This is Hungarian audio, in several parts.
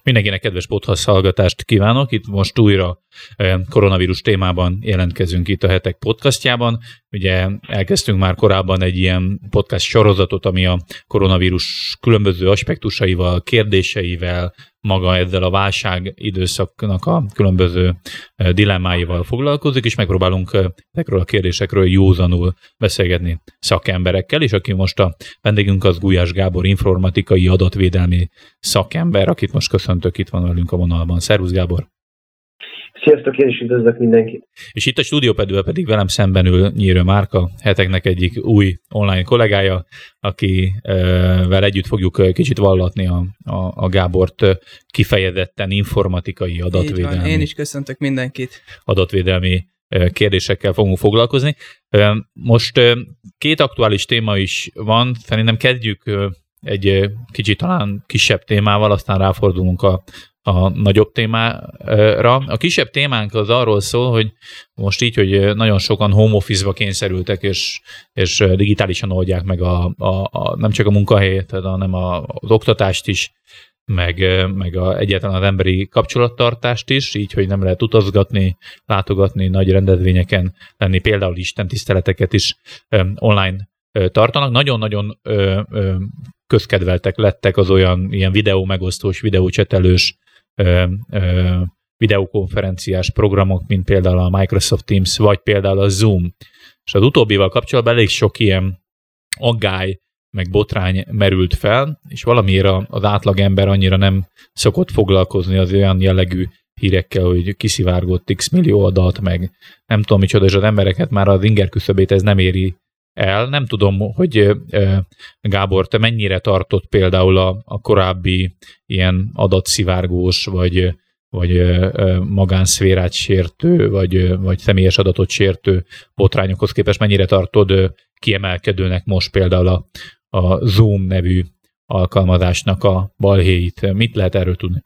Mindenkinek kedves podcast hallgatást kívánok. Itt most újra koronavírus témában jelentkezünk itt a Hetek podcastjában. Ugye elkezdtünk már korábban egy ilyen podcast sorozatot, ami a koronavírus különböző aspektusaival, kérdéseivel, maga ezzel a válság időszaknak a különböző dilemmáival foglalkozik, és megpróbálunk ezekről a kérdésekről józanul beszélgetni szakemberekkel, és aki most a vendégünk az Gulyás Gábor, informatikai adatvédelmi szakember, akit most köszöntök, itt van velünk a vonalban. Szervusz, Gábor! Sziasztok, én is üdvözlök mindenkit! És itt a stúdiópedőben pedig velem szemben ül Nyírő Márka, Heteknek egyik új online kollégája, akivel együtt fogjuk kicsit vallatni a Gábort kifejezetten informatikai adatvédelmi. Én is köszöntök mindenkit. Adatvédelmi kérdésekkel fogunk foglalkozni. Most két aktuális téma is van, szerintem kezdjük egy kicsit talán kisebb témával, aztán ráfordulunk a nagyobb témára. A kisebb témánk az arról szól, hogy most így, hogy nagyon sokan home office-ba kényszerültek, és digitálisan oldják meg nem csak a munkahelyet, hanem az oktatást is, meg egyáltalán az emberi kapcsolattartást is, így, hogy nem lehet utazgatni, látogatni, nagy rendezvényeken lenni, például istentiszteleteket is online tartanak. Nagyon-nagyon közkedveltek lettek az olyan ilyen videómegosztós, videócsetelős, videokonferenciás programok, mint például a Microsoft Teams, vagy például a Zoom. És az utóbbival kapcsolatban elég sok ilyen aggály, meg botrány merült fel, és valamiért az átlagember annyira nem szokott foglalkozni az olyan jellegű hírekkel, hogy kiszivárgott x millió adat, meg nem tudom micsoda, és az embereket már az inger küszöbét ez nem éri el. Nem tudom, hogy Gábor, te mennyire tartott például a korábbi ilyen adatszivárgós, vagy magánszférát sértő, vagy személyes adatot sértő botrányokhoz képest mennyire tartod kiemelkedőnek most például a Zoom nevű alkalmazásnak a balhéit? Mit lehet erről tudni?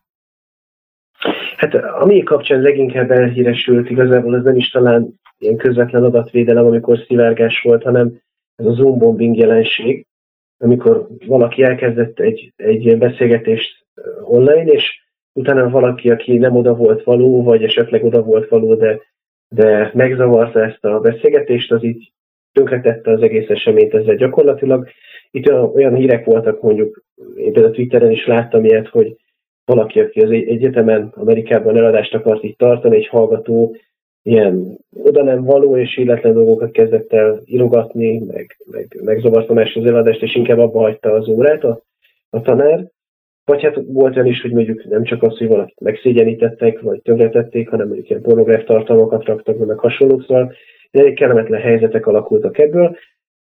Hát ami kapcsán leginkább elhíresült, igazából ez nem is talán ilyen közvetlen adatvédelem, amikor szivárgás volt, hanem ez a Zoom bombing jelenség, amikor valaki elkezdett egy beszélgetést online, és utána valaki, aki nem oda volt való, vagy esetleg oda volt való, de megzavarta ezt a beszélgetést, az így tönkretette az egész eseményt ezzel gyakorlatilag. Itt olyan hírek voltak, mondjuk én például Twitteren is láttam ilyet, hogy valaki, aki az egyetemen Amerikában eladást akart így tartani, egy hallgató ilyen oda nem való és illetlen dolgokat kezdett el írogatni, meg zavarta más az eladást, és inkább abba hagyta az órát a tanár. Vagy hát volt olyan is, hogy mondjuk nem csak az, hogy valakit megszégyenítettek, vagy tönkretették, hanem mondjuk ilyen pornográf tartalmakat raktak be, meg hasonlók, szóval elég kellemetlen helyzetek alakultak ebből.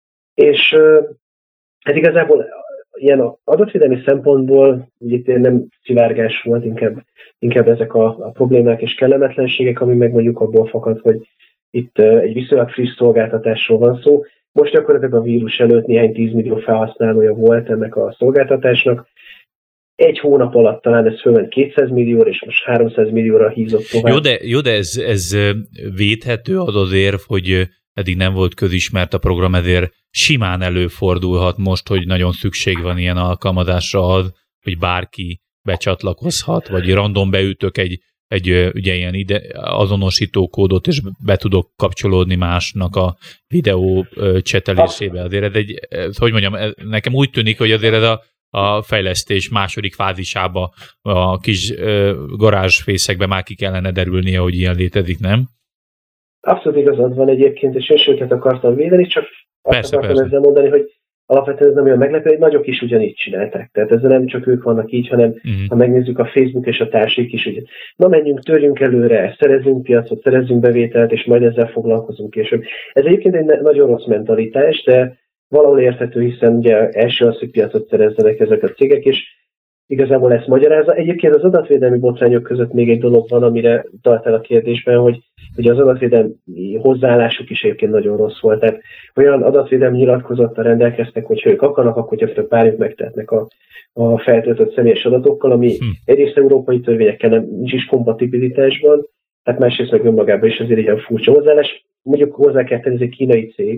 És hát igazából ilyen adatvédelmi szempontból itt nem szivárgás volt, inkább ezek a problémák és kellemetlenségek, ami meg mondjuk abból fakad, hogy itt egy viszonylag friss szolgáltatásról van szó. Most gyakorlatilag a vírus előtt néhány 10 millió felhasználója volt ennek a szolgáltatásnak. Egy hónap alatt talán ez fölment 200 millióra, és most 300 millióra hízott tovább. Jó, de ez védhető az érv, hogy eddig nem volt közismert a program, ezért simán előfordulhat most, hogy nagyon szükség van ilyen alkalmazásra az, hogy bárki becsatlakozhat, vagy random beütök egy ugye ilyen azonosító kódot, és be tudok kapcsolódni másnak a videó csetelésébe. Azért hogy mondjam, nekem úgy tűnik, hogy azért ez a fejlesztés második fázisába a kis garázsfészekbe már ki kellene derülnie, hogy ilyen létezik, nem? Abszolút igazad van egyébként, és én őket akartam védeni, csak azt akartam ezzel mondani, hogy alapvetően ez nem olyan meglepő, hogy nagyok is ugyanígy csinálták. Tehát ezzel nem csak ők vannak így, hanem ha megnézzük a Facebook és a társik is, hogy na menjünk, törjünk előre, szerezzünk piacot, szerezzünk bevételt, és majd ezzel foglalkozunk később. Ez egyébként egy nagyon rossz mentalitás, de valahol érthető, hiszen ugye első az, hogy piacot szerezzenek ezek a cégek, és igazából ezt magyarázza. Egyébként az adatvédelmi botrányok között még egy dolog van, amire találtál a kérdésben, hogy ugye az adatvédelmi hozzáállásuk is egyébként nagyon rossz volt. Tehát olyan adatvédelmi nyilatkozattal rendelkeztek, hogy ha ők akarnak, akkor gyakorlatilag bármit megtehetnek a feltöltött személyes adatokkal, ami egyrészt európai törvényekkel nincs is kompatibilitásban, hát másrészt meg önmagában is azért egy ilyen furcsa hozzáállás. Mondjuk hozzá kell tenni, ez egy kínai cég,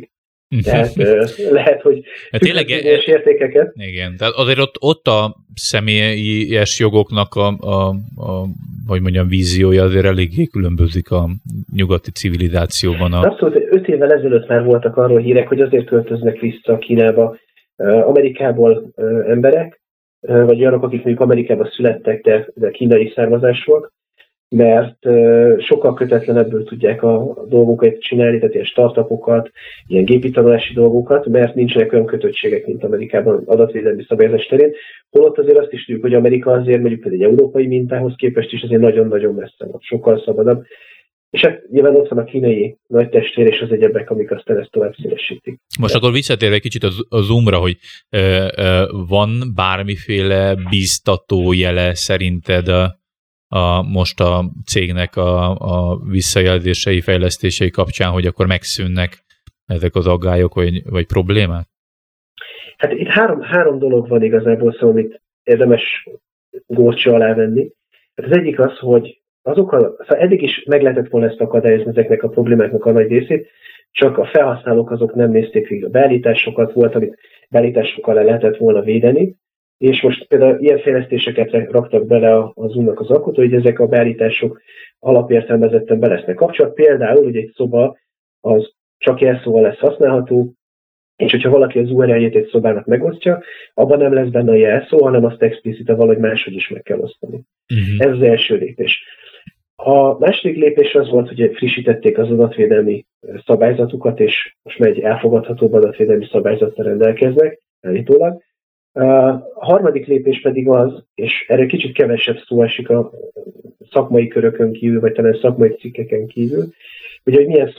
Tehát lehet, hogy tényleg értékeket. Igen, tehát azért ott a személyes jogoknak hogy mondjam, víziója azért eléggé különbözik a nyugati civilizációban. Abszolút, 5 évvel ezelőtt már voltak arról hírek, hogy azért költöznek vissza Kínába Amerikából emberek, vagy olyanok, akik mondjuk Amerikában születtek, de kínai származásúak, mert sokkal kötetlenebből tudják a dolgokat csinálni, tehát ilyen startupokat, ilyen gépi tanulási dolgokat, mert nincsenek olyan kötöttségek, mint Amerikában adatvédelmi szabályozás terén. Holott azért azt is tudjuk, hogy Amerika azért mondjuk egy európai mintához képest is azért nagyon-nagyon messze van, sokkal szabadabb. És hát nyilván ott van a kínai nagy testvér és az egyebek, amik aztán ezt tovább szélesítik. Most akkor visszatérve egy kicsit a Zoomra, hogy van bármiféle bíztató jele szerinted most a cégnek a visszajelzései, fejlesztései kapcsán, hogy akkor megszűnnek ezek az aggályok vagy problémák? Hát itt három dolog van igazából, szóval amit érdemes górcső alá venni. Hát az egyik az, hogy szóval eddig is meg lehetett volna ezt akadályozni ezeknek a problémáknak a nagy részét, csak a felhasználók azok nem nézték végig a beállításokat, volt, amit beállításokkal le lehetett volna védeni, és most például ilyen fejlesztéseket raktak bele a Zoom-nak az alkotói, hogy ezek a beállítások alapértelmezetten be lesznek kapcsolat. Például, hogy egy szoba az csak jelszóval lesz használható, és hogyha valaki az URL-jét egy szobának megosztja, abban nem lesz benne a jelszó, hanem azt explicite valahogy máshogy is meg kell osztani. Ez az első lépés. A második lépés az volt, hogy frissítették az adatvédelmi szabályzatukat, és most már egy elfogadható adatvédelmi szabályzattal rendelkeznek, állítólag. A harmadik lépés pedig az, és erre kicsit kevesebb szó esik a szakmai körökön kívül, vagy talán szakmai cikkeken kívül, hogy milyen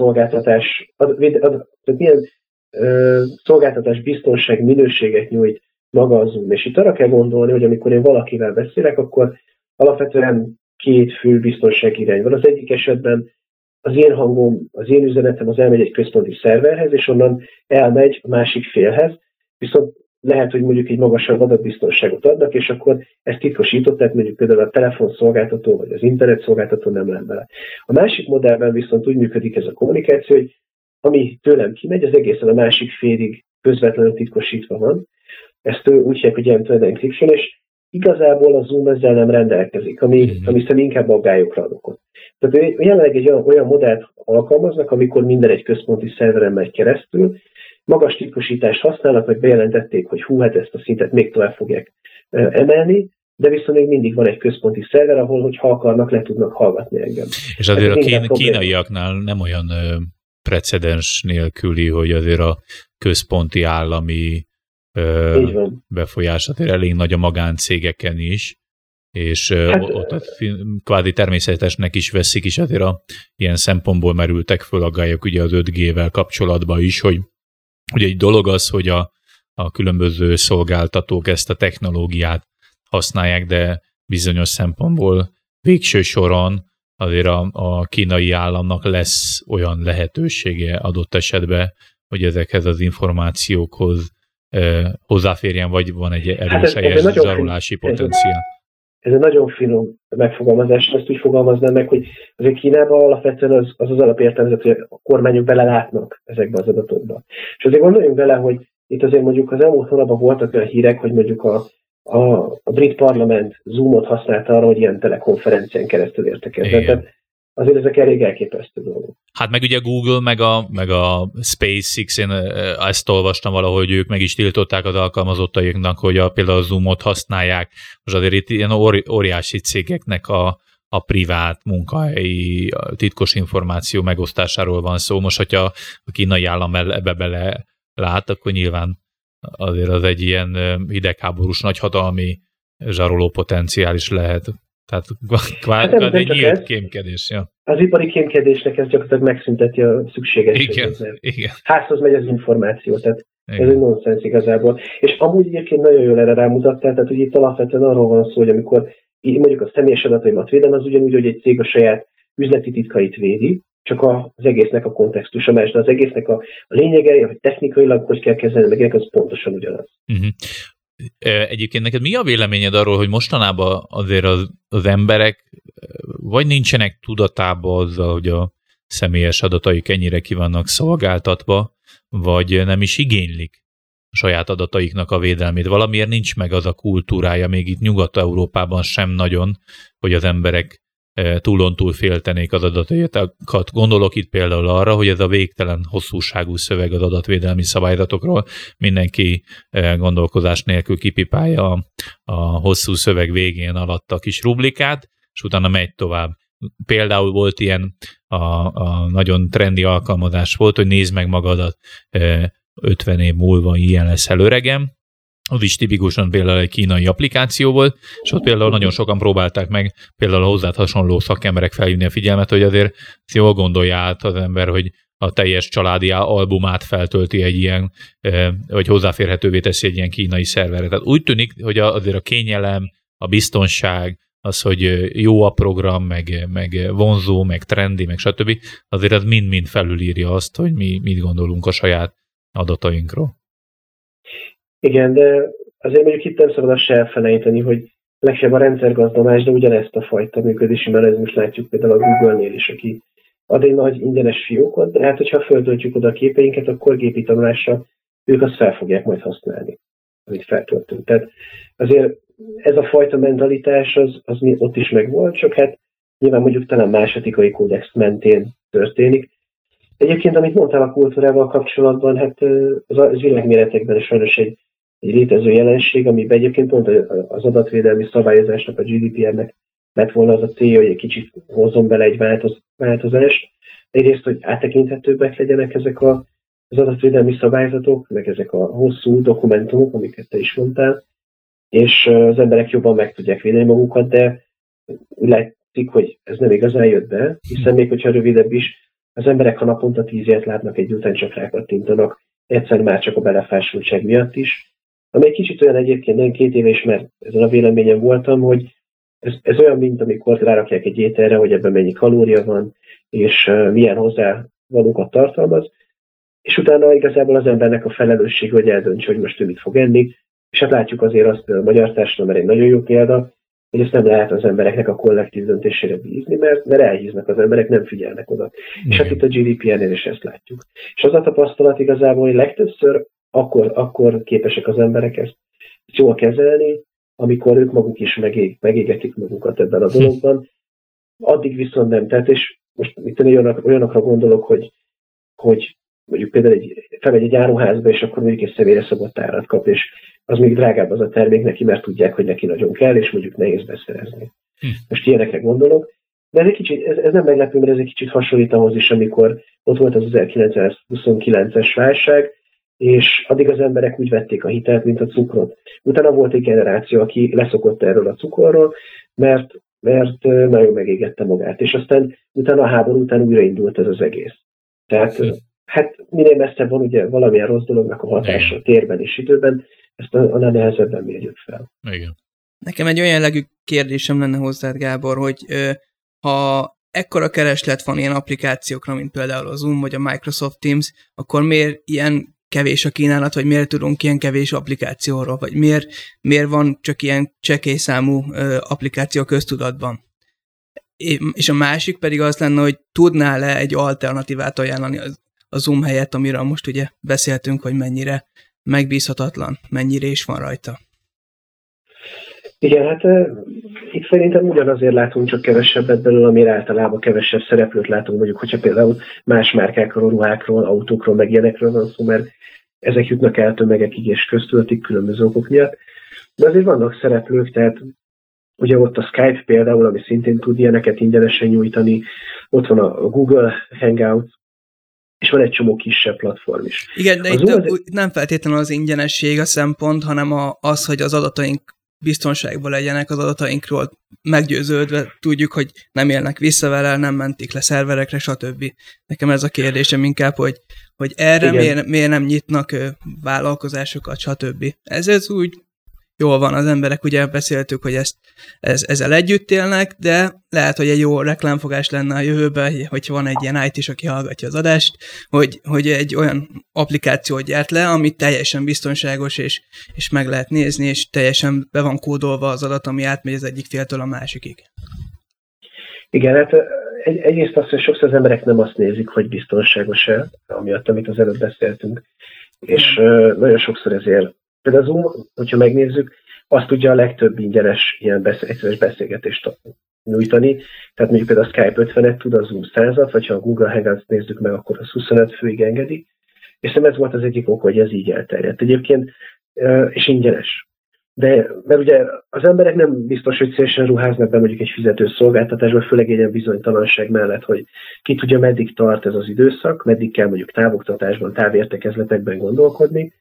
szolgáltatás biztonság minőséget nyújt maga a Zoom. És itt arra kell gondolni, hogy amikor én valakivel beszélek, akkor alapvetően 2 fő biztonsági irány van. Az egyik esetben az én hangom, az én üzenetem az elmegy egy központi szerverhez, és onnan elmegy a másik félhez, viszont lehet, hogy mondjuk egy magasabb adatbiztonságot adnak, és akkor ezt titkosított, tehát mondjuk például a telefonszolgáltató vagy az internetszolgáltató nem lenne bele. A másik modellben viszont úgy működik ez a kommunikáció, hogy ami tőlem kimegy, az egészen a másik félig közvetlenül titkosítva van. Ezt úgy hívják, hogy end-to-end encryption, és igazából a Zoom ezzel nem rendelkezik, ami szerintem inkább aggályokra ad okot. Tehát jelenleg egy olyan modellt alkalmaznak, amikor minden egy központi szerveren megy keresztül, magas titkosítást használnak, vagy bejelentették, hogy hát ezt a szintet még tovább fogják emelni, de viszont még mindig van egy központi szerver, ahol, hogyha akarnak, le tudnak hallgatni engem. És azért a kínaiaknál nem olyan precedens nélküli, hogy azért a központi állami befolyás azért elég nagy a magáncégeken is, és ott kvázi természetesnek is veszik, és azért ilyen szempontból merültek föl aggályok ugye az 5G-vel kapcsolatban is, hogy ugye egy dolog az, hogy a különböző szolgáltatók ezt a technológiát használják, de bizonyos szempontból végső soron azért a kínai államnak lesz olyan lehetősége adott esetben, hogy ezekhez az információkhoz hozzáférjen, vagy van egy erős zsarolási potenciál. Ez egy nagyon finom megfogalmazás, ezt úgy fogalmaznám meg, hogy azért Kínában alapvetően az alapértelmezet, hogy a kormányok belelátnak ezekbe az adatokba. És azért gondoljunk bele, hogy itt azért mondjuk az elmúlt hónapban voltak olyan hírek, hogy mondjuk a brit parlament Zoomot használta arra, hogy ilyen telekonferencián keresztül értekezett. Tehát azért ezek elég elképesztő dolgok. Hát meg ugye Google, meg a SpaceX, én ezt olvastam valahogy, hogy ők meg is tiltották az alkalmazottaiknak, hogy például a Zoomot használják. Most azért itt ilyen óriási cégeknek a privát munkahelyi titkos információ megosztásáról van szó. Most, hogyha a kínai állam ebbe bele lát, akkor nyilván azért az egy ilyen hidegháborús nagyhatalmi zsaroló potenciál is lehet. Tehát kvázi egy nyílt kémkedés. Ja. Az ipari kémkedésnek ez gyakorlatilag megszünteti a szükségességet. Igen. Házhoz megy az információ, tehát igen. Ez egy nonsens igazából. És amúgy egyébként nagyon jól erre rámutattál, tehát hogy itt alapvetően arról van szó, hogy amikor mondjuk a személyes adataimat védem, az ugyanúgy, hogy egy cég a saját üzleti titkait védi, csak az egésznek a kontextusa más, de az egésznek a lényege, hogy technikailag hogy kell kezelni, meg az pontosan ugyanaz. Egyébként neked mi a véleményed arról, hogy mostanában azért az emberek vagy nincsenek tudatában azzal, hogy személyes adataik ennyire ki vannak szolgáltatva, vagy nem is igénylik a saját adataiknak a védelmét. Valamiért nincs meg az a kultúrája, még itt Nyugat-Európában sem nagyon, hogy az emberek túlontúl féltenék az adataikat. Gondolok itt például arra, hogy ez a végtelen hosszúságú szöveg az adatvédelmi szabályzatokról mindenki gondolkozás nélkül kipipálja a hosszú szöveg végén alatt a kis rublikát, és utána megy tovább. Például volt ilyen a nagyon trendi alkalmazás volt, hogy nézd meg magadat 50 év múlva, ilyen leszel öregem. Az is tipikusan például egy kínai applikáció volt, és ott például nagyon sokan próbálták meg például a hozzád hasonló szakemberek felhívni a figyelmet, hogy azért jól gondolja át az ember, hogy a teljes családi albumát feltölti egy ilyen, vagy hozzáférhetővé teszi egy ilyen kínai szerverre. Tehát úgy tűnik, hogy azért a kényelem, a biztonság, az, hogy jó a program, meg vonzó, meg trendi, meg stb. Azért az mind-mind felülírja azt, hogy mi mit gondolunk a saját adatainkról. Igen, de azért mondjuk itt nem szabad azt se elfelejteni, hogy legfeljebb a rendszergazdomás, de ugyanezt a fajta működési mechanizmust látjuk például a Google-nél is, aki ad egy nagy ingyenes fiókot, de hát hogyha föltöltjük oda a képeinket, akkor gépi tanulásra ők azt fel fogják majd használni, amit feltöltünk. Tehát azért ez a fajta mentalitás az ott is megvolt, csak hát nyilván mondjuk talán más etikai kódex mentén történik. Egyébként, amit mondtál a kultúrával kapcsolatban, hát az világméretekben is sajnos egy létező jelenség, amiben egyébként pont az adatvédelmi szabályozásnak, a GDPR-nek lett volna az a célja, hogy egy kicsit hozzon bele egy változást. Egyrészt, hogy áttekinthetőbbek legyenek ezek az adatvédelmi szabályzatok, meg ezek a hosszú dokumentumok, amiket te is mondtál, és az emberek jobban meg tudják védeni magukat, de úgy látszik, hogy ez nem igazán jött be, hiszen még hogyha rövidebb is, az emberek, ha naponta 10 ilyet látnak, egy után csak rákattintanak, egyszer már csak a belefásultság miatt is. Ami egy kicsit olyan egyébként, nem 2 éve is, mert ezen a véleményen voltam, hogy ez olyan, mint amikor rárakják egy ételre, hogy ebben mennyi kalória van, és milyen hozzávalókat tartalmaz, és utána igazából az embernek a felelősség, hogy eldöntse, hogy most ő mit fog enni, és hát látjuk azért azt, a magyar társadalom egy nagyon jó példa, hogy ezt nem lehet az embereknek a kollektív döntésére bízni, mert elhíznak az emberek, nem figyelnek oda. És hát itt a GDPR-nél is ezt látjuk. És az a tapasztalat igazából, hogy legtöbbször akkor képesek az emberek ezt jól kezelni, amikor ők maguk is megégetik magukat ebben a dologban. Addig viszont nem. Tehát, és most itt olyanokra gondolok, hogy mondjuk például felmegy egy áruházba, és akkor mondjuk egy személyre szabott árat kap, és az még drágább az a termék neki, mert tudják, hogy neki nagyon kell, és mondjuk nehéz beszerezni. Most ilyenekre gondolok. De ez egy kicsit, ez nem meglepő, mert ez egy kicsit hasonlít ahhoz is, amikor ott volt az 1929-es válság, és addig az emberek úgy vették a hitelt, mint a cukrot. Utána volt egy generáció, aki leszokott erről a cukorról, mert nagyon megégette magát. És aztán utána a háború után újraindult ez az egész. Tehát hát minél messzebb van ugye valamilyen rossz dolognak a hatása a térben és időben, ezt annál nehezebben mérjük fel. Igen. Nekem egy olyan jellegű kérdésem lenne hozzád, Gábor, hogy ha ekkora kereslet van ilyen applikációkra, mint például a Zoom vagy a Microsoft Teams, akkor miért ilyen kevés a kínálat, vagy miért tudunk ilyen kevés applikációról, vagy miért van csak ilyen csekély számú applikáció köztudatban? És a másik pedig az lenne, hogy tudnál-e egy alternatívát ajánlani a Zoom helyett, amiről most ugye beszéltünk, hogy mennyire megbízhatatlan, mennyire is van rajta. Igen, hát itt szerintem ugyanazért látunk csak kevesebbet belőle, amire általában kevesebb szereplőt látunk, mondjuk, hogyha például más márkákról, ruhákról, autókról, meg ilyenekről van szó, mert ezek jutnak el tömegekig és köztöltik különböző okok miatt. De azért vannak szereplők, tehát ugye ott a Skype például, ami szintén tud ilyeneket ingyenesen nyújtani, ott van a Google Hangout, és van egy csomó kisebb platform is. Igen, de itt nem feltétlenül az ingyenesség a szempont, hanem az, hogy az adataink biztonságban legyenek, az adatainkról meggyőződve tudjuk, hogy nem élnek vissza vele, nem mentik le szerverekre, stb. Nekem ez a kérdésem inkább, hogy erre miért nem nyitnak vállalkozásokat, stb. Ez úgy jól van, az emberek, ugye beszéltük, hogy ezzel együtt élnek, de lehet, hogy egy jó reklámfogás lenne a jövőben, hogyha van egy ilyen IT-s, aki hallgatja az adást, hogy egy olyan applikációt gyárt le, ami teljesen biztonságos, és meg lehet nézni, és teljesen be van kódolva az adat, ami átmegy az egyik féltől a másikig. Igen, hát egyrészt azt, hogy sokszor az emberek nem azt nézik, hogy biztonságos-e, amiatt, amit az előbb beszéltünk. És nagyon sokszor ezért, például a Zoom, hogyha megnézzük, azt tudja a legtöbb ingyenes ilyen egyszerűs beszélgetést nyújtani. Tehát mondjuk például a Skype 50-et tud, a Zoom 100-at, vagy ha a Google Hangouts nézzük meg, akkor az 25 főig engedi. És szerintem ez volt az egyik ok, hogy ez így elterjedt egyébként, és ingyenes. De, mert ugye az emberek nem biztos, hogy szélesen ruháznak be mondjuk egy fizető szolgáltatásba, főleg egy ilyen bizonytalanság mellett, hogy ki tudja, meddig tart ez az időszak, meddig kell mondjuk távoktatásban, távértekezletekben gondolkodni.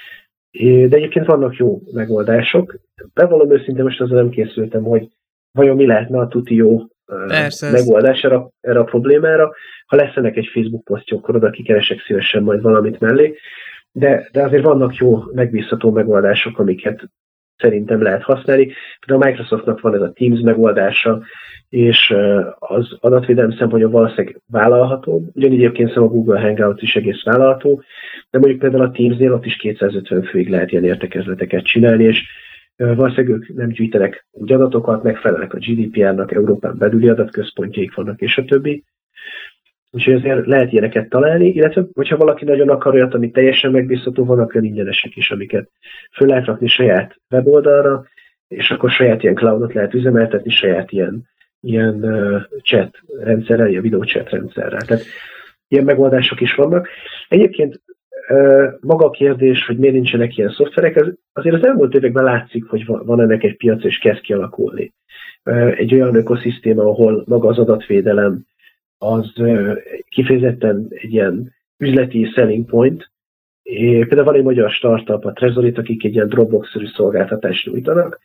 De egyébként vannak jó megoldások. Bevallom őszintén, most azzal nem készültem, hogy vajon mi lehetne a tuti jó megoldás erre a problémára. Ha lesz ennek egy Facebook posztja, akkor oda kikeresek szívesen majd valamit mellé. De azért vannak jó, megbízható megoldások, amiket szerintem lehet használni. Például a Microsoftnak van ez a Teams megoldása, és az adatvédelem szempontjából valószínűleg vállalható. Ugyanígy egyébként szerintem a Google Hangouts is egész vállalható, de mondjuk például a Teamsnél ott is 250 főig lehet ilyen értekezleteket csinálni, és valószínűleg ők nem gyűjtenek úgy adatokat, megfelelnek a GDPR-nak, Európán belüli adatközpontjaik vannak, és a többi. Úgyhogy azért lehet ilyeneket találni, illetve hogyha valaki nagyon akar olyat, ami teljesen megbízható, vannak olyan ingyenesek is, amiket föl lehet rakni saját weboldalra, és akkor saját ilyen cloudot lehet üzemeltetni, saját ilyen chat rendszerrel, ilyen videó chat rendszerrel. Tehát ilyen megoldások is vannak. Egyébként maga a kérdés, hogy miért nincsenek ilyen szoftverek, azért az elmúlt években látszik, hogy van ennek egy piac, és kezd kialakulni. Egy olyan ökoszisztéma, ahol maga az adatvédelem az kifejezetten egy ilyen üzleti selling point. Például van egy magyar startup, a Trezorit, akik egy ilyen Dropbox-szerű szolgáltatást nyújtanak,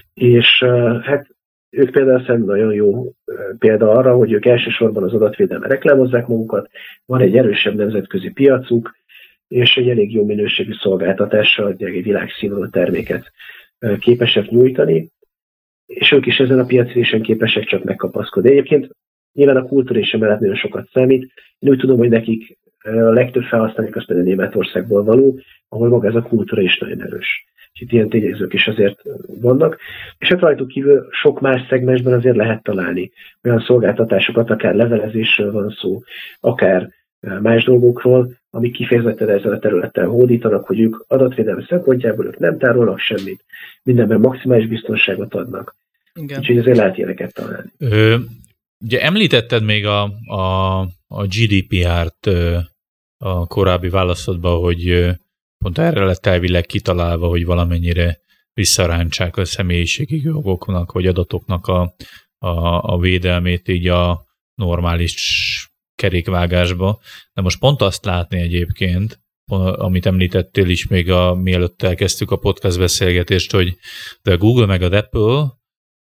és hát ők például szerintem nagyon jó példa arra, hogy ők elsősorban az adatvédelme reklámozzák magukat, van egy erősebb nemzetközi piacuk, és egy elég jó minőségű szolgáltatással egy világszínvonalú terméket képesek nyújtani, és ők is ezen a piacrésen képesek csak megkapaszkodni. Egyébként nyilván a kultúrés mellett nagyon sokat számít. Én úgy tudom, hogy nekik a legtöbb felhasználók az például Németországból való, ahol maga ez a kultúra is nagyon erős. És itt ilyen tényezők is azért vannak. És hát rajtuk kívül sok más szegmensben azért lehet találni olyan szolgáltatásokat, akár levelezésről van szó, akár más dolgokról, amik kifejezetten ezzel a területen hódítanak, hogy ők adatvédelmi szempontjából ők nem tárolnak semmit, mindenben maximális biztonságot adnak. Igen. Úgyhogy azért lehet ilyeneket találni. Ugye említetted még a GDPR-t a korábbi válaszodban, hogy pont erre lett elvileg kitalálva, hogy valamennyire visszarántsák a személyiségi jogoknak, vagy adatoknak a védelmét így a normális kerékvágásba. De most pont azt látni egyébként, amit említettél is még mielőtt elkezdtük a podcast beszélgetést, hogy a Google meg a Apple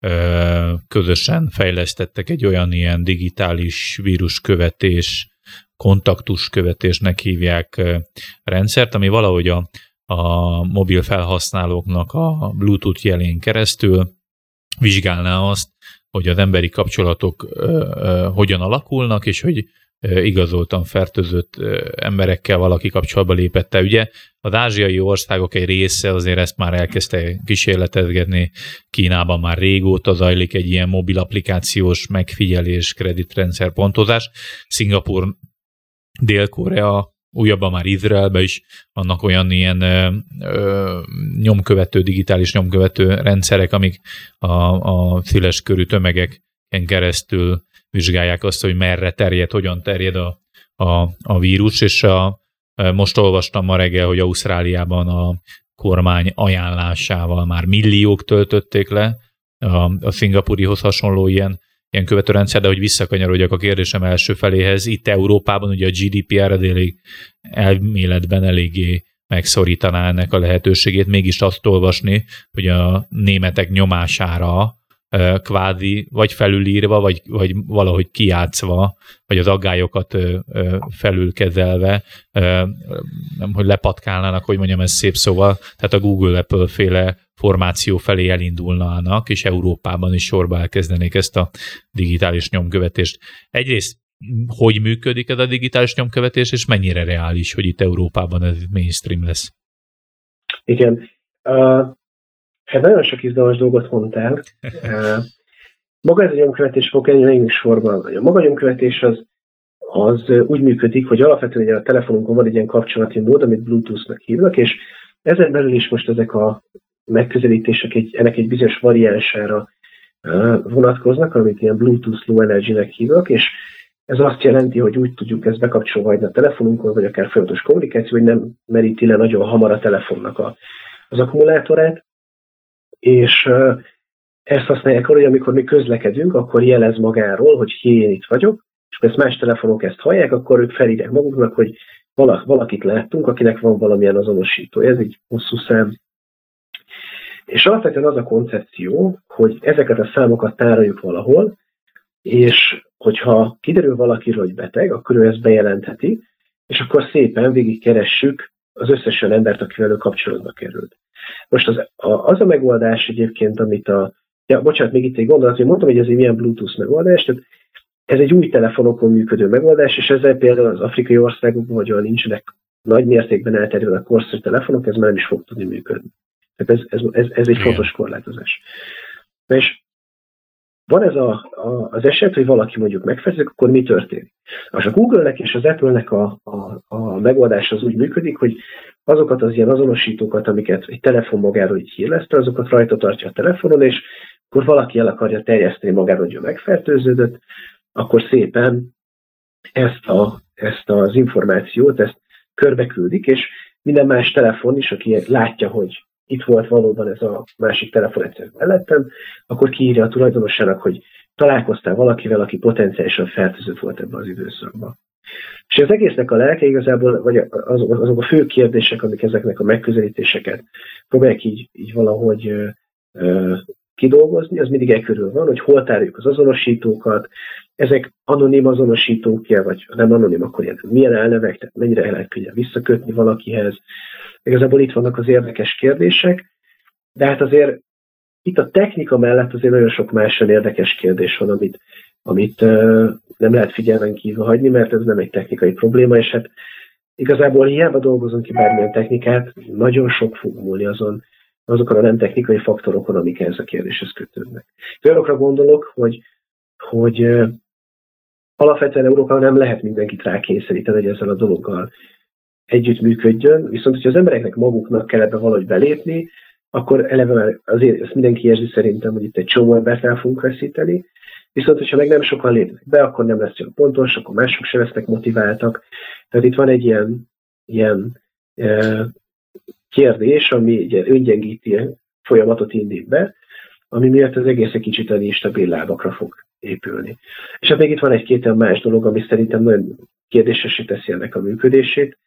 közösen fejlesztettek egy olyan ilyen digitális víruskövetés, kontaktuskövetésnek hívják rendszert, ami valahogy a mobil felhasználóknak a Bluetooth jelén keresztül vizsgálná azt, hogy az emberi kapcsolatok hogyan alakulnak, és hogy igazoltan fertőzött emberekkel valaki kapcsolatba lépette. Ugye az ázsiai országok egy része azért ezt már elkezdte kísérletezgetni, Kínában már régóta zajlik egy ilyen mobil applikációs megfigyelés, kreditrendszer pontozás, Szingapúr, Dél-Korea, újabban már Izraelben is vannak olyan ilyen nyomkövető, digitális nyomkövető rendszerek, amik a széles körű tömegeken keresztül vizsgálják azt, hogy merre terjed, hogyan terjed a vírus, és most olvastam ma reggel, hogy Ausztráliában a kormány ajánlásával már milliók töltötték le a szingapúrihoz hasonló ilyen követőrendszer, de hogy visszakanyarodjak a kérdésem első feléhez, itt Európában ugye a GDPR elméletben eléggé megszorítaná ennek a lehetőségét, mégis azt olvasni, hogy a németek nyomására kvázi vagy felülírva, vagy valahogy kijátszva, vagy az aggályokat felülkezelve, nem, hogy lepatkálnának, hogy mondjam ez szép szóval, tehát a Google-Apple féle formáció felé elindulnának, és Európában is sorba elkezdenék ezt a digitális nyomkövetést. Egyrészt, hogy működik ez a digitális nyomkövetés, és mennyire reális, hogy itt Európában ez mainstream lesz? Igen. Hát nagyon sok izgalmas dolgot mondtál. Maga ez a nyomkövetés fog ennél sorban. A maga nyomkövetés az úgy működik, hogy alapvetően a telefonunkon van egy ilyen kapcsolati mód, amit Bluetooth-nak hívnak, és ezen belül is most ezek a megközelítések ennek egy bizonyos variánsára vonatkoznak, amit ilyen Bluetooth Low Energy-nek hívnak, és ez azt jelenti, hogy úgy tudjuk ezt bekapcsolva a telefonunkon, vagy akár folyamatos kommunikáció, hogy nem meríti le nagyon hamar a telefonnak az akkumulátorát, és ezt használják arra, hogy amikor mi közlekedünk, akkor jelez magáról, hogy én itt vagyok, és ha ezt más telefonok ezt hallják, akkor ők felírják maguknak, hogy valakit láttunk, akinek van valamilyen azonosítója. Ez egy hosszú szám. És alapvetően az a koncepció, hogy ezeket a számokat tároljuk valahol, és hogyha kiderül valakiről, hogy beteg, akkor ő ezt bejelentheti, és akkor szépen végigkeressük az összes olyan embert, akivel ő kapcsolatba került. Most az a megoldás egyébként, amit bocsánat, még itt egy gondolat, hogy mondtam, hogy ez egy milyen Bluetooth megoldás, tehát ez egy új telefonokon működő megoldás, és ezzel például az afrikai országokban, vagy olyan nincsenek nagy mértékben elterjedő korszerű telefonok, ez már nem is fog tudni működni. Tehát ez egy fontos korlátozás. És van ez az eset, hogy valaki mondjuk megfertőzik, akkor mi történik? Most a Google-nek és az Apple-nek a megoldás az úgy működik, hogy azokat az ilyen azonosítókat, amiket egy telefon magáról így hírleszte, azokat rajta tartja a telefonon, és akkor valaki el akarja terjeszteni magáról, hogy ő megfertőződött, akkor szépen ezt az információt, ezt körbeküldik, és minden más telefon is, aki látja, hogy itt volt valóban ez a másik telefon egyszer mellettem, akkor kiírja a tulajdonosának, hogy találkoztál valakivel, aki potenciálisan fertőzött volt ebben az időszakban. És az egésznek a lelke igazából, vagy azok a fő kérdések, amik ezeknek a megközelítéseket próbálják így valahogy kidolgozni, az mindig körül van, hogy hol tárjuk az azonosítókat, ezek anonim azonosítók, vagy nem anonim, akkor ilyen milyen elnevek, tehát mennyire lehet könnyen visszakötni valakihez. Igazából itt vannak az érdekes kérdések, de hát azért itt a technika mellett azért nagyon sok más érdekes kérdés van, amit nem lehet figyelmen kívül hagyni, mert ez nem egy technikai probléma, és hát igazából hiába dolgozunk ki bármilyen technikát, nagyon sok fog múlni azokon a nem technikai faktorokon, amik ehhez a kérdéshez kötődnek. Olyanokra gondolok, hogy alapvetően Európában nem lehet mindenkit rákényszeríteni, hogy ezzel a dologgal együttműködjön, viszont hogyha az embereknek maguknak kell ebbe valahogy belépni, akkor eleve már azért ezt mindenki érzi szerintem, hogy itt egy csomó embert el fogunk veszíteni, viszont hogyha meg nem sokan lépnek be, akkor nem lesz olyan pontos, akkor mások sem lesznek motiváltak. Tehát itt van egy ilyen kérdés, ami egy öngyengíti folyamatot indít be, ami miatt az egész egy kicsit a stabil lábakra fog épülni. És hát még itt van egy-két olyan más dolog, ami szerintem nagyon kérdésesé teszi ennek a működését.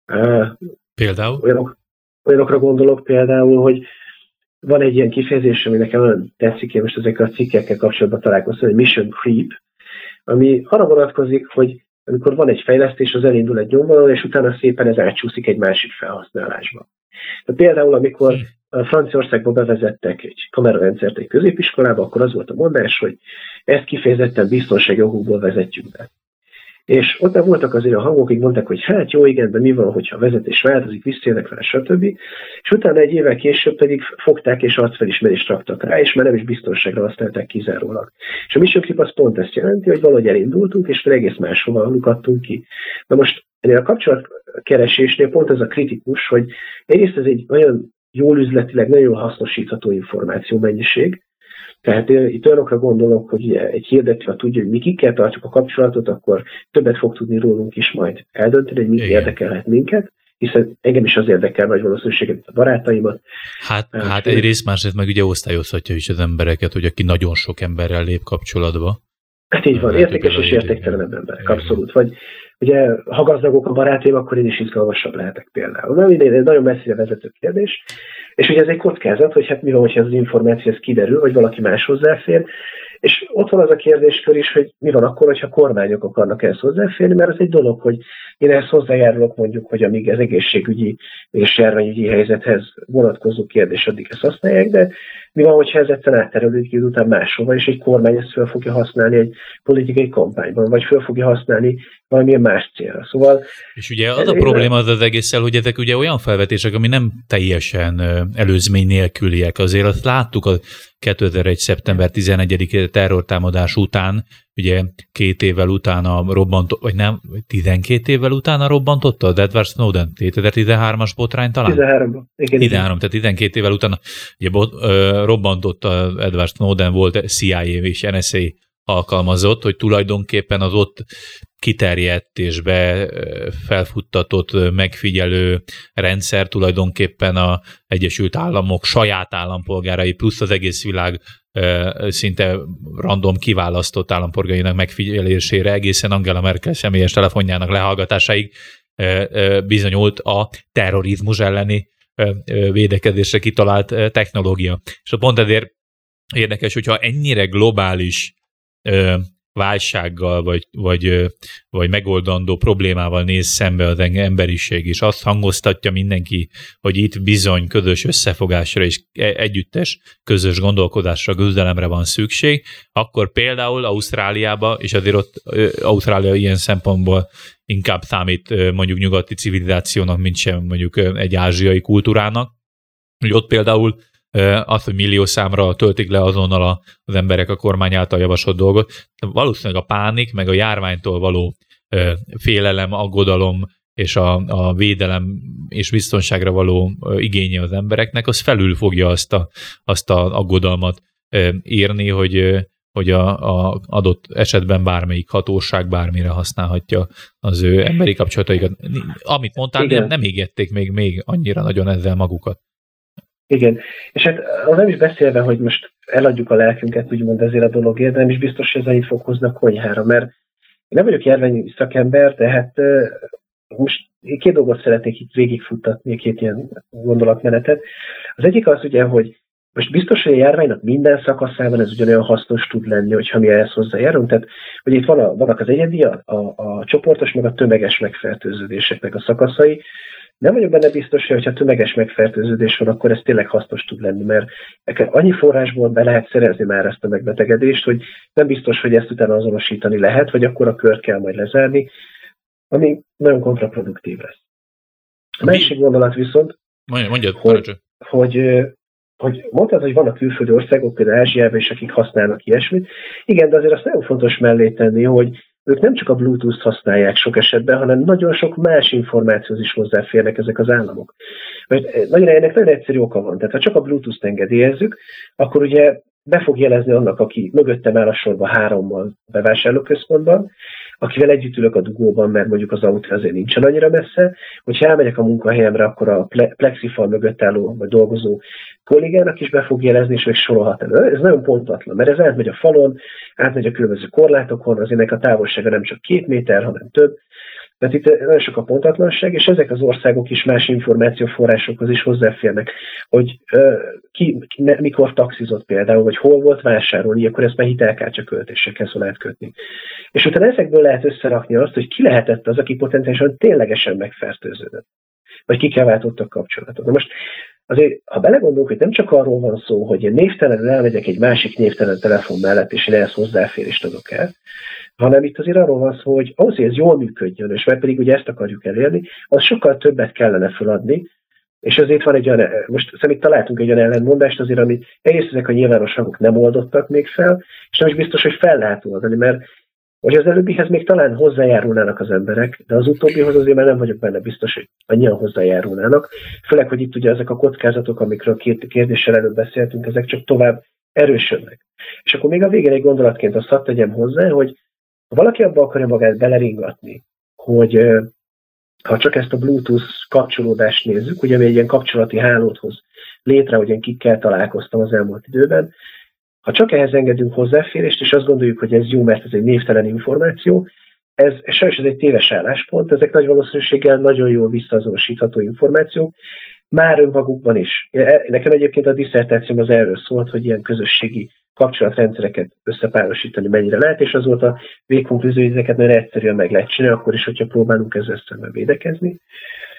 Például? Olyanokra gondolok például, hogy van egy ilyen kifejezés, ami nekem nagyon tetszik, én most ezekkel a cikkekkel kapcsolatban találkoztam, hogy mission creep, ami arra vonatkozik, hogy amikor van egy fejlesztés, az elindul egy nyomvonalon, és utána szépen ez átcsúszik egy másik felhasználásba. De például, amikor Franciaországban bevezettek egy kamerarendszert egy középiskolába, akkor az volt a mondás, hogy ezt kifejezetten biztonsági okokból vezetjük be. És ott voltak azért a hangok, akik mondták, hogy hát jó, igen, de mi van, hogyha a vezetés változik, visszajönnek vele, stb. És utána egy évvel később pedig fogták és arcfelismerést raktak rá, és már nem is biztonságra használták kizárólag. És a Mission Creep az pont ezt jelenti, hogy valahogy elindultunk, és egész máshova lukadtunk ki. Na most ennél a kapcsolatkeresésnél pont ez a kritikus, hogy egyrészt ez egy nagyon jól üzletileg, nagyon jól hasznosítható információ mennyiség. Tehát itt olyanokra gondolok, hogy egy hirdető, ha tudja, hogy mi kikkel tartjuk a kapcsolatot, akkor többet fog tudni rólunk is majd eldönteni, hogy mi érdekelhet minket, hiszen engem is az érdekel nagy valószínűséget, a barátaimat. Hát egyrészt másrészt meg ugye osztályozhatja is az embereket, hogy aki nagyon sok emberrel lép kapcsolatba. Hát így van, értékes és értéktelenebb emberek, abszolút. Vagy ugye, ha gazdagok a barátaim, akkor én is izgalmasabb lehetek például. Na, egy nagyon messzire vezető kérdés. És ugye ez egy kockázat, hogy hát mi van, hogyha az információ ez kiderül, vagy valaki más hozzáfér. És ott van az a kérdéskör is, hogy mi van akkor, hogyha kormányok akarnak ehhez hozzáférni, mert az egy dolog, hogy én ehhez hozzájárulok mondjuk, hogy amíg az egészségügyi és járványügyi helyzethez vonatkozó kérdés, addig ezt használják, de Mi van, hogyha ez egyszerűen átterelődik után máshova, és egy kormány ezt fel fogja használni egy politikai kampányban, vagy fel fogja használni valamilyen más célra. Szóval... És ugye az a probléma az egésszel, hogy ezek ugye olyan felvetések, ami nem teljesen előzmény nélküliek. Azért azt láttuk a 2001. szeptember 11-i terrortámadás után, ugye 2 évvel utána vagy nem, 12 évvel utána robbantotta az Edward Snowden, 2013-as botrány talán? 13, tehát 12 évvel utána ugye robbantotta Edward Snowden, volt CIA és NSA alkalmazott, hogy tulajdonképpen az ott kiterjedt és felfuttatott megfigyelő rendszer tulajdonképpen az Egyesült Államok saját állampolgárai plusz az egész világ szinte random kiválasztott állampolgárainak megfigyelésére egészen Angela Merkel személyes telefonjának lehallgatásáig bizonyult a terrorizmus elleni védekezésre kitalált technológia. És pont ezért érdekes, hogyha ennyire globális válsággal vagy megoldandó problémával néz szembe az emberiség, és azt hangoztatja mindenki, hogy itt bizony közös összefogásra és együttes közös gondolkodásra, küzdelemre van szükség, akkor például Ausztráliába, és azért ott Ausztrália ilyen szempontból inkább számít mondjuk nyugati civilizációnak, mint sem mondjuk egy ázsiai kultúrának, hogy ott például az, hogy millió számra töltik le azonnal az emberek a kormány által javasolt dolgot. Valószínűleg a pánik, meg a járványtól való félelem, aggodalom és a védelem és biztonságra való igénye az embereknek, az felül fogja azt a aggodalmat írni, hogy a adott esetben bármelyik hatóság bármire használhatja az ő emberi kapcsolataikat. Amit mondtál, nem égették még annyira nagyon ezzel magukat. Igen, és hát nem is beszélve, hogy most eladjuk a lelkünket, úgymond ezért a dologért, de nem is biztos, hogy ez annyit fog hozni a konyhára, mert én nem vagyok járványi szakember, de hát most 2 dolgot szeretnék itt végigfuttatni, 2 ilyen gondolatmenetet. Az egyik az ugye, hogy most biztos, hogy a járványnak minden szakaszában ez ugyanolyan hasznos tud lenni, hogyha mi ehhez hozzájárunk. Tehát, hogy itt vannak az egyedi, a csoportos, meg a tömeges megfertőződéseknek a szakaszai. Nem vagyok benne biztos, hogy ha tömeges megfertőződés van, akkor ez tényleg hasznos tud lenni, mert annyi forrásból be lehet szerezni már ezt a megbetegedést, hogy nem biztos, hogy ezt utána azonosítani lehet, vagy akkor a kört kell majd lezárni, ami nagyon kontraproduktív lesz. A másik gondolat viszont, hogy mondtad, hogy vannak külföldi országok, például Ázsiában is, akik használnak ilyesmit. Igen, de azért azt nagyon fontos mellé tenni, hogy ők nem csak a Bluetooth-t használják sok esetben, hanem nagyon sok más információhoz is hozzáférnek ezek az államok. Mert ennek nagyon egyszerű oka van. Tehát ha csak a Bluetooth-t engedélyezzük, akkor ugye be fog jelezni annak, aki mögöttem áll a sorba 3-mal bevásárlóközpontban, akivel együtt ülök a dugóban, mert mondjuk az autó azért nincsen annyira messze, hogyha elmegyek a munkahelyemre, akkor a plexifal mögött álló vagy dolgozó kollégának is be fog jelezni, és meg sorolhat elő. Ez nagyon pontatlan, mert ez átmegy a falon, átmegy a különböző korlátokon, az ennek a távolsága nem csak 2 méter, hanem több. Tehát itt nagyon sok a pontatlanság, és ezek az országok is más információforrásokhoz is hozzáférnek, hogy mikor taxizott például, vagy hol volt vásárolni, akkor ezt már hitelkártya költésekhez van átkötni. És utána ezekből lehet összerakni azt, hogy ki lehetett az, aki potenciálisan ténylegesen megfertőződött, vagy kikkel váltottak kapcsolatot. Na most azért, ha belegondolunk, hogy nem csak arról van szó, hogy én névtelenül elmegyek egy másik névtelen telefon mellett, és én ehhez hozzáférést adok el, hanem itt azért arról van szó, hogy ahhoz, hogy ez jól működjön, és mert pedig ugye ezt akarjuk elérni, az sokkal többet kellene feladni, és azért van egy olyan, most szerintem találtunk egy olyan ellentmondást azért, amit egyrészt ezek a nyilvános hangok nem oldottak még fel, és nem is biztos, hogy fel lehet oldani, mert hogy az előbbihez még talán hozzájárulnának az emberek, de az utóbbihoz azért már nem vagyok benne biztos, hogy annyian hozzájárulnának. Főleg, hogy itt ugye ezek a kockázatok, amikről 2 kérdéssel előbb beszéltünk, ezek csak tovább erősödnek. És akkor még a végén egy gondolatként azt hadd tegyem hozzá, hogy ha valaki abba akarja magát beleringatni, hogy ha csak ezt a Bluetooth kapcsolódást nézzük, ugye mi egy ilyen kapcsolati hálót hoz létre, hogy én kikkel találkoztam az elmúlt időben, ha csak ehhez engedünk hozzáférést, és azt gondoljuk, hogy ez jó, mert ez egy névtelen információ, sajnos ez egy téves álláspont, ezek nagy valószínűséggel nagyon jól visszaazonosítható információk, már önmagukban is. Nekem egyébként a disszertációm az erről szólt, hogy ilyen közösségi kapcsolatrendszereket összepárosítani mennyire lehet, és az volt a végkonklúzió, hogy ezeket nagyon egyszerűen meg lehet csinálni, akkor is, hogyha próbálunk ezzel szemben védekezni.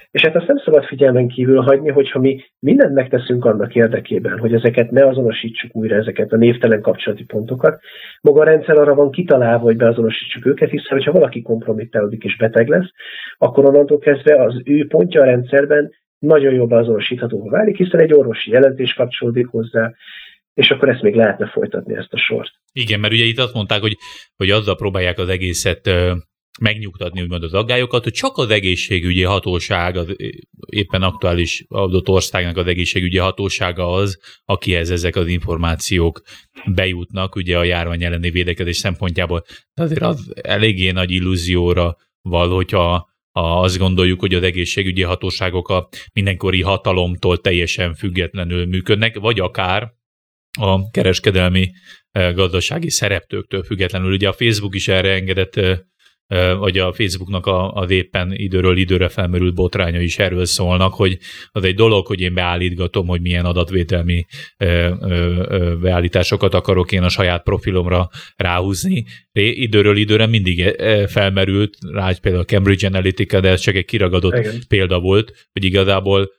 És hát azt nem szabad figyelmen kívül hagyni, hogyha mi mindent megteszünk annak érdekében, hogy ezeket ne azonosítsuk újra, ezeket a névtelen kapcsolati pontokat. Maga a rendszer arra van kitalálva, hogy beazonosítsuk őket, hiszen ha valaki kompromittálódik és beteg lesz, akkor onnantól kezdve az ő pontja a rendszerben nagyon jól beazonosíthatóvá válik, hiszen egy orvosi jelentés kapcsolódik hozzá, és akkor ezt még lehetne folytatni, ezt a sort. Igen, mert ugye itt azt mondták, hogy azzal próbálják az egészet megnyugtatni, úgymond az aggályokat, hogy csak az egészségügyi hatóság, az éppen aktuális adott országnak az egészségügyi hatósága az, akihez ezek az információk bejutnak, ugye a járvány elleni védekezés szempontjából. De azért az eléggé nagy illúzióra val, hogyha azt gondoljuk, hogy az egészségügyi hatóságok a mindenkori hatalomtól teljesen függetlenül működnek, vagy akár a kereskedelmi gazdasági szereplőktől függetlenül. Ugye a Facebook is erre engedett, vagy a Facebooknak az éppen időről időre felmerült botránya is erről szólnak, hogy az egy dolog, hogy én beállítgatom, hogy milyen adatvételmi beállításokat akarok én a saját profilomra ráhúzni. Időről időre mindig felmerült, rá például a Cambridge Analytica, de ez csak egy kiragadott példa volt, hogy igazából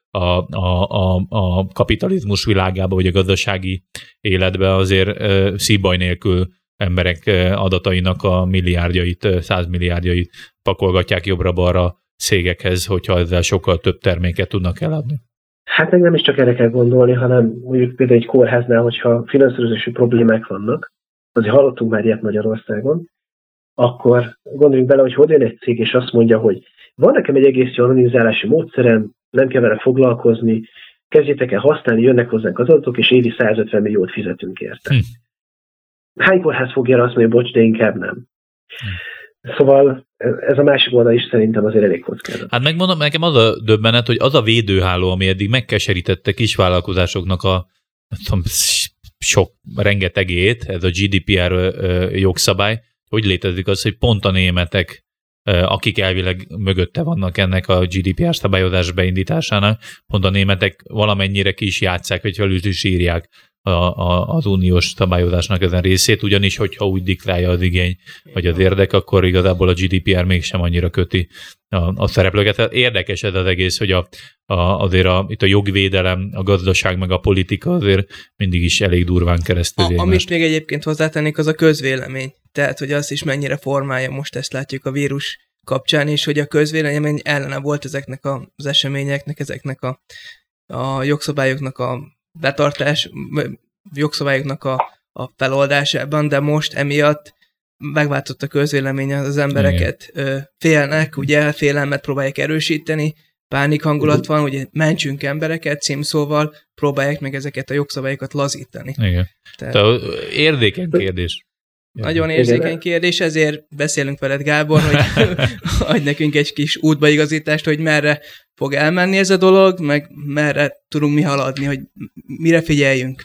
a kapitalizmus világában, vagy a gazdasági életben azért szívbaj nélkül emberek adatainak a milliárdjait, 100 milliárdjait pakolgatják jobbra-balra cégekhez, hogyha ezzel sokkal több terméket tudnak eladni. Hát meg nem is csak erre kell gondolni, hanem mondjuk például egy kórháznál, hogyha finanszírozási problémák vannak, azért hallottunk már ilyet Magyarországon, akkor gondoljunk bele, hogy jön egy cég, és azt mondja, hogy van nekem egy egész jó anonimizálási módszerem, nem kell vele foglalkozni, kezdjétek el használni, jönnek hozzánk az adatok, és évi 150 milliót fizetünk érte. Hány kórház fogja azt mondani, bocs, de inkább nem. Szóval ez a másik oldal is szerintem azért elég kockázat. Hát megmondom, nekem az a döbbenet, hogy az a védőháló, ami eddig megkeserítette kisvállalkozásoknak a rengetegét, ez a GDPR jogszabály, hogy létezik az, hogy pont a németek, akik elvileg mögötte vannak ennek a GDPR szabályozás beindításának, pont a németek valamennyire ki is játsszák, vagy felül is írják az uniós szabályozásnak ezen részét, ugyanis, hogyha úgy diktálja az igény, vagy az érdek, akkor igazából a GDPR mégsem annyira köti a szereplőket. Érdekes ez az egész, hogy azért itt a jogvédelem, a gazdaság meg a politika azért mindig is elég durván keresztül. Amit még egyébként hozzátennék, az a közvélemény. Tehát, hogy az is mennyire formálja, most ezt látjuk a vírus kapcsán is, hogy a közvélemény ellene volt ezeknek az eseményeknek, ezeknek a jogszabályoknak a betartás, jogszabályoknak a feloldásában, de most emiatt megváltozott a közvélemény, az embereket félnek, ugye félelmet próbálják erősíteni, pánik hangulat van, ugye mentsünk embereket, címszóval próbálják meg ezeket a jogszabályokat lazítani. Igen. Tehát érzékeny kérdés. Nagyon érzékeny kérdés, ezért beszélünk veled, Gábor, hogy adj nekünk egy kis útbaigazítást, hogy merre fog elmenni ez a dolog, meg merre tudunk mi haladni, hogy mire figyeljünk.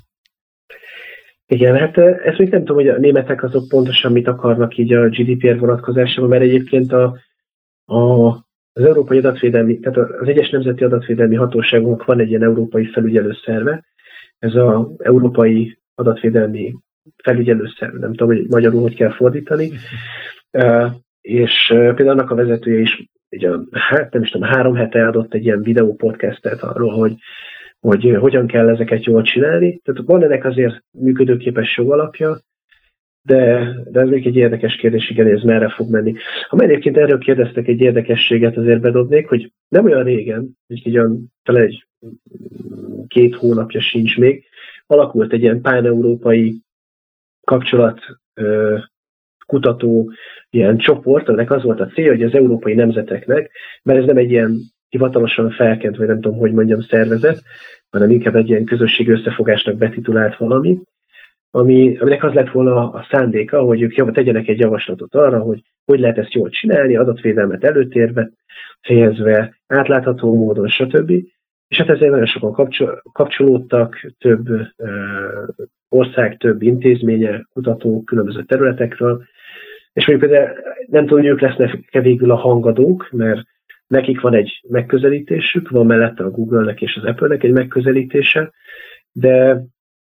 Igen, hát ezt még nem tudom, hogy a németek azok pontosan mit akarnak így a GDPR vonatkozásában, mert egyébként az Európai Adatvédelmi, tehát az egyes nemzeti adatvédelmi hatóságoknak van egy ilyen európai felügyelő szerve, ez az Európai Adatvédelmi felügyelőszerv, nem tudom, hogy magyarul hogy kell fordítani, és például annak a vezetője is, hát nem is tudom, 3 hete adott egy ilyen videó podcastet arról, hogy hogyan kell ezeket jól csinálni. Tehát van ennek azért működőképes jogalapja, de ez még egy érdekes kérdés, igen, ez merre fog menni. Ha egyébként erről kérdeztek, egy érdekességet azért bedobnék, hogy nem olyan régen, talán 2 hónapja sincs még, alakult egy ilyen pán-európai kapcsolat kutató ilyen csoport, aminek az volt a célja, hogy az európai nemzeteknek, mert ez nem egy ilyen hivatalosan felkent, vagy nem tudom, hogy mondjam, szervezet, hanem inkább egy ilyen közösségi összefogásnak betitulált valami, aminek az lett volna a szándéka, hogy ők tegyenek egy javaslatot arra, hogy lehet ezt jól csinálni, adatvédelmet előtérbe helyezve, átlátható módon, stb. És hát ezzel nagyon sokan kapcsolódtak, több ország, több intézménye, kutatók különböző területekről, és mondjuk például nem tudom, hogy ők lesznek végül a hangadók, mert nekik van egy megközelítésük, van mellette a Google-nek és az Apple-nek egy megközelítése, de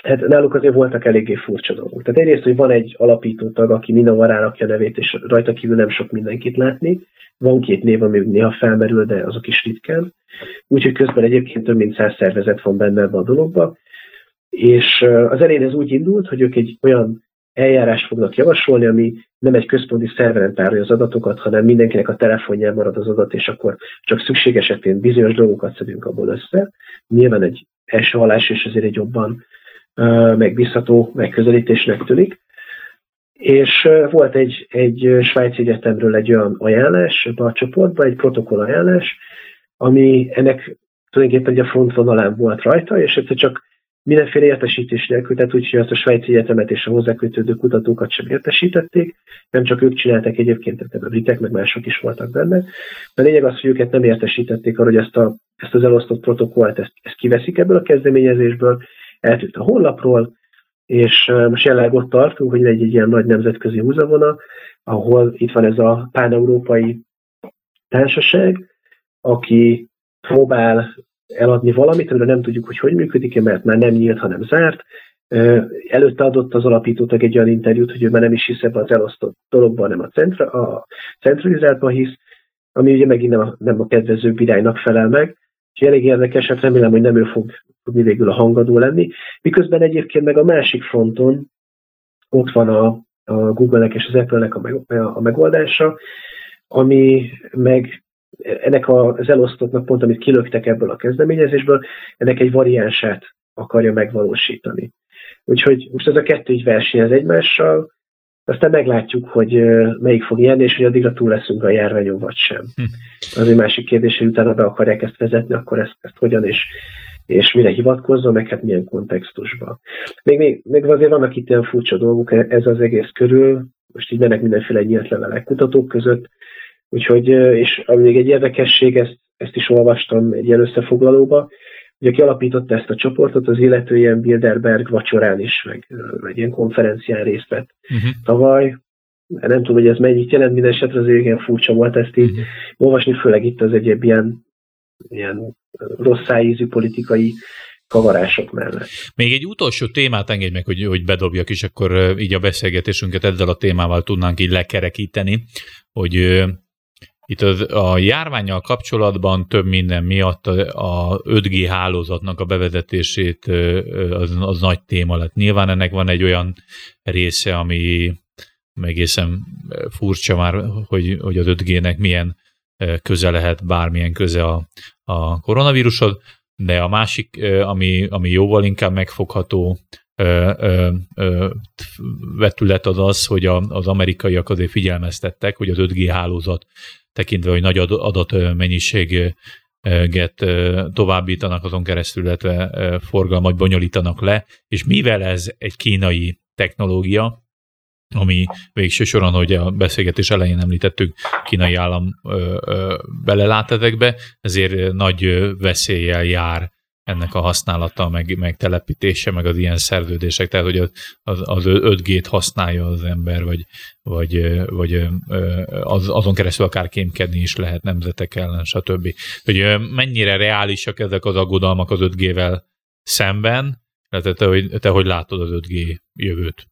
hát náluk azért voltak eléggé furcsa dolgok. Tehát egyrészt, hogy van egy alapító tag, aki mindenhol rárakja a nevét, és rajta kívül nem sok mindenkit látni. Van 2 név, ami néha felmerül, de azok is ritkán. Úgyhogy közben egyébként több mint 100 szervezet van benne ebben a dologban. És az elején ez úgy indult, hogy ők egy olyan eljárást fognak javasolni, ami nem egy központi szerveren tárolja az adatokat, hanem mindenkinek a telefonján marad az adat, és akkor csak szükség esetén bizonyos dolgokat szedünk abból össze. Nyilván egy első hallás, és azért egy jobban megbízható megközelítésnek tűnik. És volt egy svájci egyetemről egy olyan ajánlás a csoportban, egy protokoll ajánlás, ami ennek tulajdonképpen a frontvonalán volt rajta, és egyszer csak mindenféle értesítés nélkül, tehát úgy, hogy azt a svájci egyetemet és a hozzákötődő kutatókat sem értesítették, nem csak ők csinálták egyébként, tehát a britek, meg mások is voltak benne. De a lényeg az, hogy őket nem értesítették arra, hogy ezt az elosztott protokollt, ezt kiveszik ebből a kezdeményezésből, eltűnt a honlapról, és most jelenleg ott tartunk, hogy egy ilyen nagy nemzetközi húzavona, ahol itt van ez a pán-európai társaság, aki próbál eladni valamit, amiről nem tudjuk, hogy működik, mert már nem nyílt, hanem zárt. Előtte adott az alapítótag egy olyan interjút, hogy ő már nem is hisz ebben az elosztott dologban, hanem a centralizáltban hisz, ami ugye megint nem a kedvező iránynak felel meg. És elég érdekes, hát remélem, hogy nem ő fog végül a hangadó lenni. Miközben egyébként meg a másik fronton ott van a Google-nek és az Apple-nek a megoldása, ami meg ennek az elosztottnak pont, amit kilöktek ebből a kezdeményezésből, ennek egy variánsát akarja megvalósítani. Úgyhogy most ez a kettő így versenyez egymással, aztán meglátjuk, hogy melyik fog nyerni, és hogy addigra túl leszünk a járványon, vagy sem. Az egy másik kérdés, hogy utána be akarják ezt vezetni, akkor ezt hogyan és mire hivatkozzon, meg hát milyen kontextusban. Még azért vannak itt ilyen furcsa dolgok ez az egész körül, most így mennek mindenféle nyílt levelek kutatók között, úgyhogy, és még egy érdekesség, ezt is olvastam egy ilyen összefoglalóba, hogy aki alapította ezt a csoportot, az illető ilyen Bilderberg vacsorán is, meg egy ilyen konferencián részt vett tavaly. Nem tudom, hogy ez mennyit jelent, minden esetre azért ilyen furcsa volt ezt így olvasni, főleg itt az egyéb ilyen rosszáízű politikai kavarások mellett. Még egy utolsó témát engedj meg, hogy bedobjak, és akkor így a beszélgetésünket ezzel a témával tudnánk így lekerekíteni, hogy itt a járvánnyal kapcsolatban több minden miatt a 5G hálózatnak a bevezetését az nagy téma lett. Nyilván ennek van egy olyan része, ami egészen furcsa már, hogy az 5G-nek milyen köze lehet, bármilyen köze a koronavírushoz, de a másik, ami jóval inkább megfogható vetület az, hogy az amerikaiak azért figyelmeztettek, hogy az 5G hálózat tekintve, hogy nagy adatmennyiséget továbbítanak azon keresztül, illetve forgalmat bonyolítanak le, és mivel ez egy kínai technológia, ami végső soron, hogy a beszélgetés elején említettük, kínai állam belelát ezekbe, ezért nagy veszéllyel jár ennek a használata, meg telepítése, meg az ilyen szerződések, tehát hogy az 5G-t használja az ember, vagy azon keresztül akár kémkedni is lehet nemzetek ellen, stb. Hogy mennyire reálisak ezek az aggodalmak az 5G-vel szemben, illetve te hogy látod az 5G jövőt?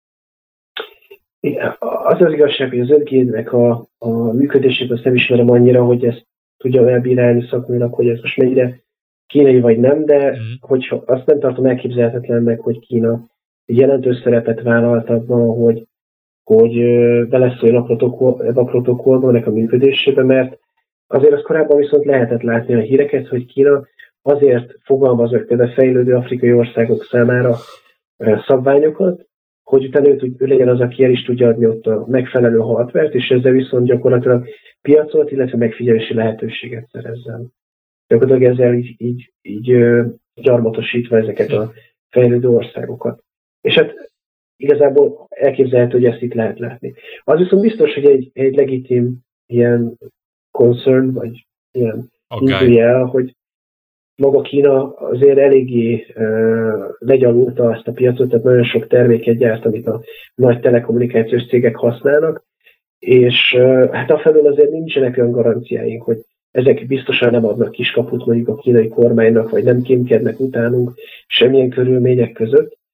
Az az igazság, hogy az 5G-nek a működését azt nem ismerem annyira, hogy ezt tudja elbírálni szakmailag, hogy ez most mennyire kínai vagy nem, de hogyha azt nem tartom elképzelhetetlennek, hogy Kína egy jelentős szerepet vállalt abban, hogy beleszóljon ebbe a protokollban, ennek a működésébe, mert azért az korábban viszont lehetett látni a híreket, hogy Kína azért fogalmazott például fejlődő afrikai országok számára szabványokat, hogy utána ő legyen az, aki el is tudja adni ott a megfelelő hardvert, és ezzel viszont gyakorlatilag piacot, illetve megfigyelési lehetőséget szerezzen. Gyakorlatilag ezzel így gyarmatosítva ezeket a fejlődő országokat. És hát igazából elképzelhető, hogy ezt itt lehet látni. Az viszont biztos, hogy egy legitim ilyen concern, vagy ilyen indulja, hogy maga Kína azért eléggé legyalulta ezt a piacot, tehát nagyon sok terméket gyárt, amit a nagy telekommunikációs cégek használnak, és hát afelől azért nincsenek olyan garanciáink, hogy ezek biztosan nem adnak kiskaput mondjuk a kínai kormánynak, vagy nem kémkednek utánunk semmilyen körülmények között.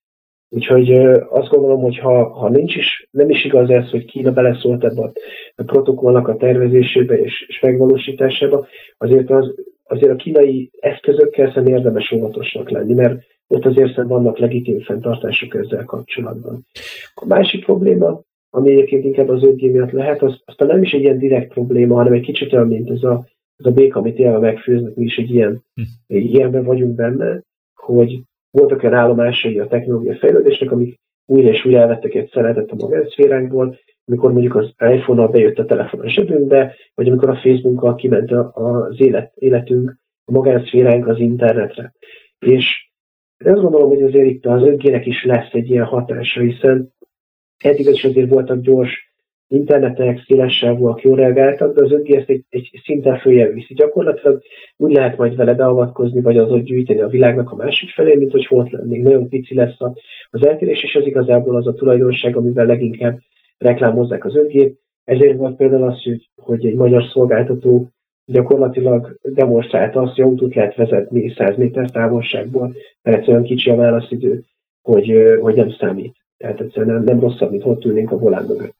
Úgyhogy azt gondolom, hogy ha nem is igaz ez, hogy Kína beleszólt ebbe a protokollnak a tervezésébe és megvalósításába, azért a kínai eszközökkel szemben érdemes óvatosnak lenni, mert ott azért vannak legitim fenntartások ezzel kapcsolatban. A másik probléma, ami egyébként inkább az 5G miatt lehet, aztán nem is egy ilyen direkt probléma, hanem egy kicsit olyan, mint ez a béka, amit élve megfőznek, mi is egy ilyenben vagyunk benne, hogy voltak olyan állomásai a technológia fejlődésnek, amik újra és újra elvettek egy szeletet a magánszféránkból, amikor mondjuk az iPhone-nal bejött a telefon a zsebünkbe, vagy amikor a Facebookkal kiment az életünk, a magánszféránk az internetre. És azt gondolom, hogy azért itt az 5G-nek is lesz egy ilyen hatása, hiszen eddig is azért voltak gyors internetek, szélessávúak, jól reagáltak, de az 5G ezt egy szinten följebb viszi. Gyakorlatilag úgy lehet majd vele beavatkozni, vagy azot gyűjteni a világnak a másik felé, mint hogy ott lennénk. Nagyon pici lesz az eltérés, és ez igazából az a tulajdonság, amivel leginkább reklámozzák az 5G-t. Ezért volt például az, hogy egy magyar szolgáltató gyakorlatilag demonstrálta azt, hogy autót lehet vezetni 100 méter távolságból, mert egyszerűen kicsi a válaszidő, hogy nem számít. Tehát egyszerűen nem rosszabb, mint ott ülnénk a volán mögött.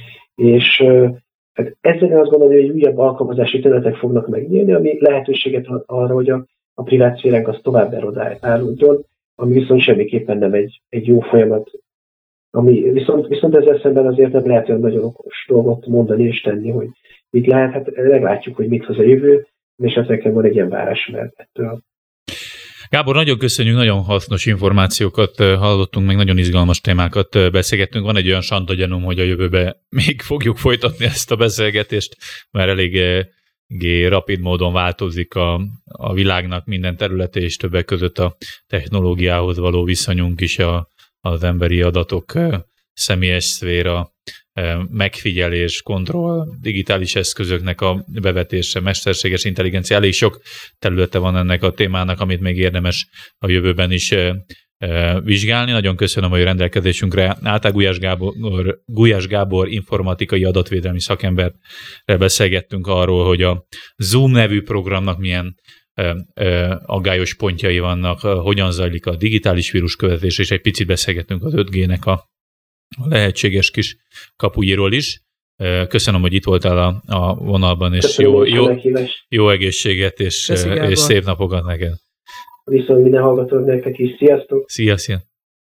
És hát ezzel azt gondolom, hogy újabb alkalmazási területek fognak megnyílni, ami lehetőséget arra, hogy a privát szféránk az tovább erodálódjon, ami viszont semmiképpen nem egy jó folyamat. Ami viszont ezzel szemben azért nem lehet olyan nagyon okos dolgot mondani és tenni, hogy mit lehet, hát meglátjuk, hogy mit hoz a jövő, és ezeken van egy ilyen várásmenet ettől. Gábor, nagyon köszönjük, nagyon hasznos információkat hallottunk, meg nagyon izgalmas témákat beszélgettünk. Van egy olyan santagyanúm, hogy a jövőben még fogjuk folytatni ezt a beszélgetést, mert elég rapid módon változik a világnak minden területe, és többek között a technológiához való viszonyunk is, az emberi adatok, személyes szféra, megfigyelés, kontroll, digitális eszközöknek a bevetése, mesterséges intelligencia. Elég sok területe van ennek a témának, amit még érdemes a jövőben is vizsgálni. Nagyon köszönöm, hogy rendelkezésünkre álltál. Gulyás Gábor informatikai adatvédelmi szakemberrel beszélgettünk arról, hogy a Zoom nevű programnak milyen aggályos pontjai vannak, hogyan zajlik a digitális víruskövetés, és egy picit beszélgettünk az 5G-nek a lehetséges kis kapuiról is. Köszönöm, hogy itt voltál a vonalban, és jó egészséget, és szép napokat neked. Viszont minden hallgatók nektek is. Sziasztok! Szia!